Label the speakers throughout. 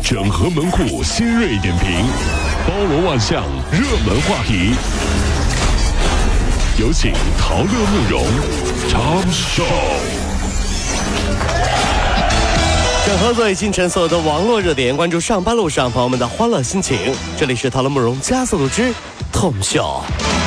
Speaker 1: 整合门户新锐点评，包罗万象，热门话题。有请陶乐慕容长寿。
Speaker 2: 整合最新城所有的网络热点，关注上班路上朋友们的欢乐心情。这里是陶乐慕容加速度之 Tom Show。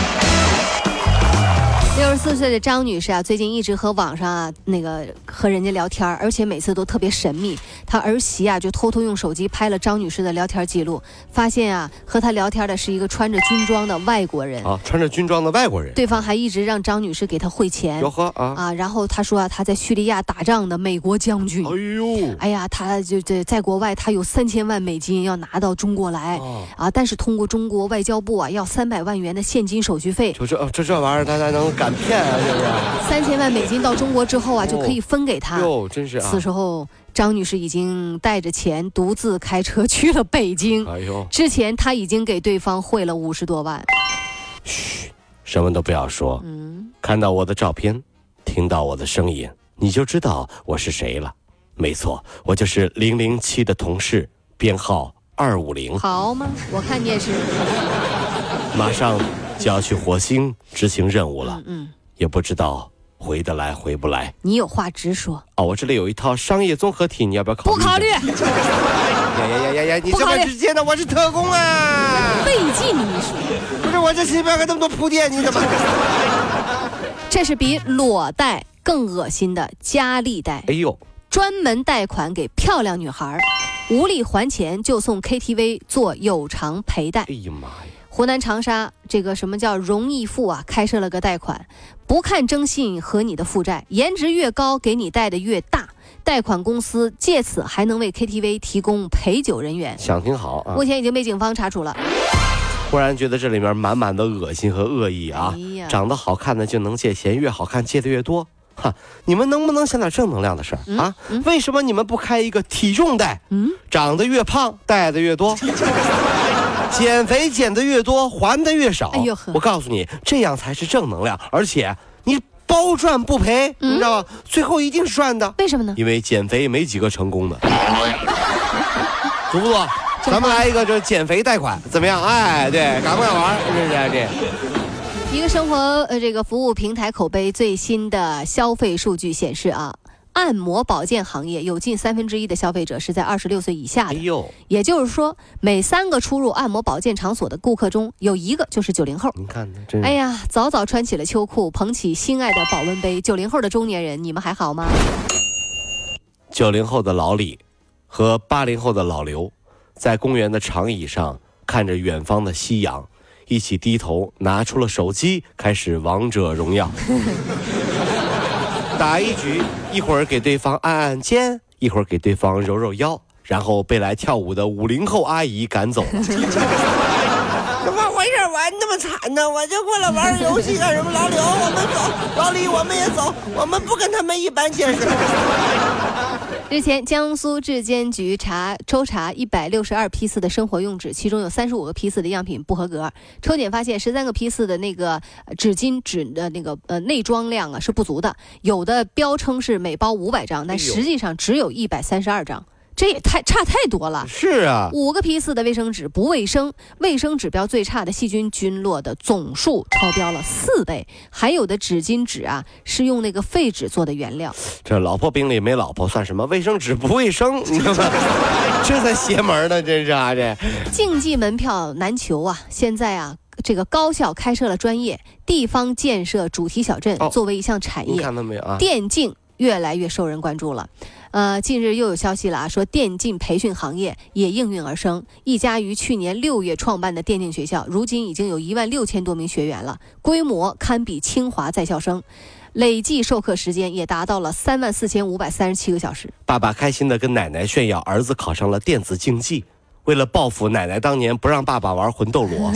Speaker 3: 64岁的张女士啊，最近一直和网上和人家聊天，而且每次都特别神秘。她儿媳啊就偷偷用手机拍了张女士的聊天记录，发现啊和她聊天的是一个穿着军装的外国人
Speaker 2: 啊，穿着军装的外国人。
Speaker 3: 对方还一直让张女士给他汇钱。
Speaker 2: 哟呵啊，
Speaker 3: 然后他说啊他在叙利亚打仗的美国将军。哎呀，他就在国外，他有3000万美金要拿到中国来但是通过中国外交部啊要300万元的现金手续费。
Speaker 2: 这玩意儿他才能敢骗啊，是不是
Speaker 3: ？3000万美金到中国之后啊，就可以分给他。
Speaker 2: 真是啊！
Speaker 3: 此时候，张女士已经带着钱独自开车去了北京。之前她已经给对方汇了50多万。
Speaker 2: 嘘，什么都不要说。看到我的照片，听到我的声音，你就知道我是谁了。没错，我就是007的同事，编号250。
Speaker 3: 好吗？我看你也是。
Speaker 2: 马上就要去火星执行任务了，也不知道回得来回不来。
Speaker 3: 你有话直说。
Speaker 2: 我这里有一套商业综合体，你要不要考虑？
Speaker 3: 不考虑。
Speaker 2: 呀，你这么直接的，我是特工啊！
Speaker 3: 费劲你说。
Speaker 2: 不是我这前面还那么多铺垫，你怎么？
Speaker 3: 这是比裸贷更恶心的佳丽贷。专门贷款给漂亮女孩，无力还钱就送 KTV 做有偿陪贷。
Speaker 2: 哎呀妈呀！
Speaker 3: 湖南长沙这个什么叫容易付啊，开设了个贷款，不看征信和你的负债，颜值越高给你贷的越大，贷款公司借此还能为 KTV 提供陪酒人员。
Speaker 2: 想挺好啊！
Speaker 3: 目前已经被警方查处了。
Speaker 2: 忽然觉得这里面满满的恶心和恶意啊！长得好看的就能借钱，越好看借的越多。你们能不能想点正能量的事儿啊？为什么你们不开一个体重贷？长得越胖贷的越多。减肥减得越多，还得越少。我告诉你，这样才是正能量，而且你包赚不赔，你知道吗？最后一定是赚的。
Speaker 3: 为什么呢？
Speaker 2: 因为减肥没几个成功的，足不足？咱们来一个这减肥贷款，怎么样？哎，对，敢不敢玩？这。
Speaker 3: 一个生活这个服务平台口碑最新的消费数据显示啊。按摩保健行业有近1/3的消费者是在26岁以下的，也就是说，每3个出入按摩保健场所的顾客中有1个就是90后。
Speaker 2: 你看，真
Speaker 3: 哎呀，早早穿起了秋裤，捧起心爱的保温杯。90后的中年人，你们还好吗
Speaker 2: ？90后的老李和80后的老刘，在公园的长椅上看着远方的夕阳，一起低头拿出了手机，开始王者荣耀。打一局，一会儿给对方按按肩，一会儿给对方揉揉腰，然后被来跳舞的50后阿姨赶走了。
Speaker 4: 怎么回事？玩那么惨呢？我就过来玩游戏干什么？老刘，我们走；老李，我们也走。我们不跟他们一般见识。
Speaker 3: 日前，江苏质监局抽查162批次的生活用纸，其中有35个批次的样品不合格。抽检发现13个批次的那个纸巾纸的那个内装量啊是不足的，有的标称是每包500张，但实际上只有132张。这也差太多了。
Speaker 2: 是啊
Speaker 3: ，5个批次的卫生纸不卫生，卫生指标最差的细菌菌落的总数超标了4倍，还有的纸巾纸啊是用那个废纸做的原料。
Speaker 2: 这老婆饼里没老婆算什么？卫生纸不卫生，你知道吗？这才邪门呢，真是啊！这
Speaker 3: 竞技门票难求啊，现在啊。这个高校开设了专业地方建设主题小镇，作为一项产业，
Speaker 2: 你看到没有啊？
Speaker 3: 电竞越来越受人关注了。近日又有消息了啊，说电竞培训行业也应运而生。一家于去年6月创办的电竞学校，如今已经有16000多名学员了，规模堪比清华在校生，累计授课时间也达到了34537个小时。
Speaker 2: 爸爸开心地跟奶奶炫耀，儿子考上了电子竞技。为了报复奶奶当年不让爸爸玩魂斗罗，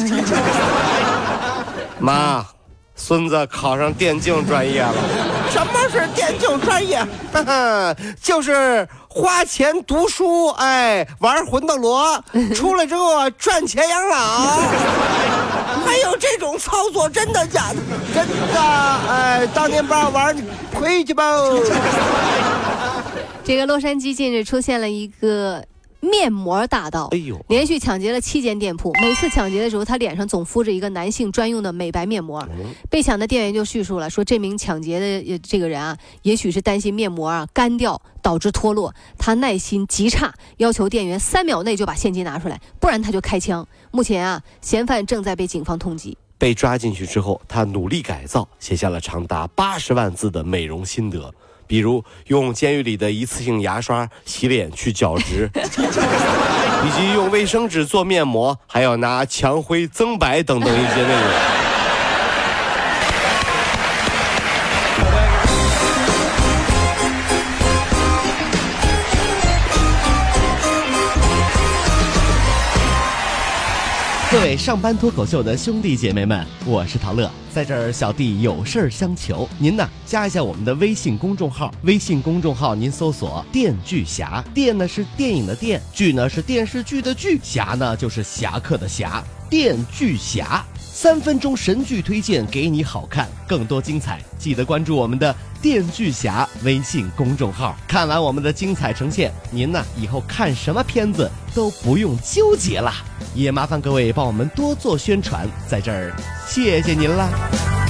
Speaker 2: 妈，孙子考上电竞专业了。
Speaker 4: 什么是电竞专业？
Speaker 2: 就是花钱读书，玩魂斗罗，出来之后赚钱养老。
Speaker 4: 还有这种操作，真的假的？
Speaker 2: 真的，当年不让玩，你回去吧。
Speaker 3: 这个洛杉矶近日出现了一个面膜大盗，
Speaker 2: 哎呦，
Speaker 3: 连续抢劫了7间店铺，每次抢劫的时候，他脸上总敷着一个男性专用的美白面膜。被抢的店员就叙述了，说这名抢劫的这个人啊，也许是担心面膜啊干掉导致脱落，他耐心极差，要求店员3秒内就把现金拿出来，不然他就开枪。目前啊，嫌犯正在被警方通缉。
Speaker 2: 被抓进去之后，他努力改造，写下了长达80万字的美容心得，比如用监狱里的一次性牙刷洗脸去角质，以及用卫生纸做面膜，还要拿墙灰增白等等一些内容。
Speaker 5: 各位上班脱口秀的兄弟姐妹们，我是陶乐，在这儿小弟有事儿相求，您呢加一下我们的微信公众号，微信公众号您搜索电锯侠，电呢是电影的电，剧呢是电视剧的剧，侠呢就是侠客的侠，电锯侠，3分钟神剧推荐给你好看，更多精彩记得关注我们的电锯侠微信公众号。看完我们的精彩呈现，您呢以后看什么片子都不用纠结了，也麻烦各位帮我们多做宣传，在这儿谢谢您啦。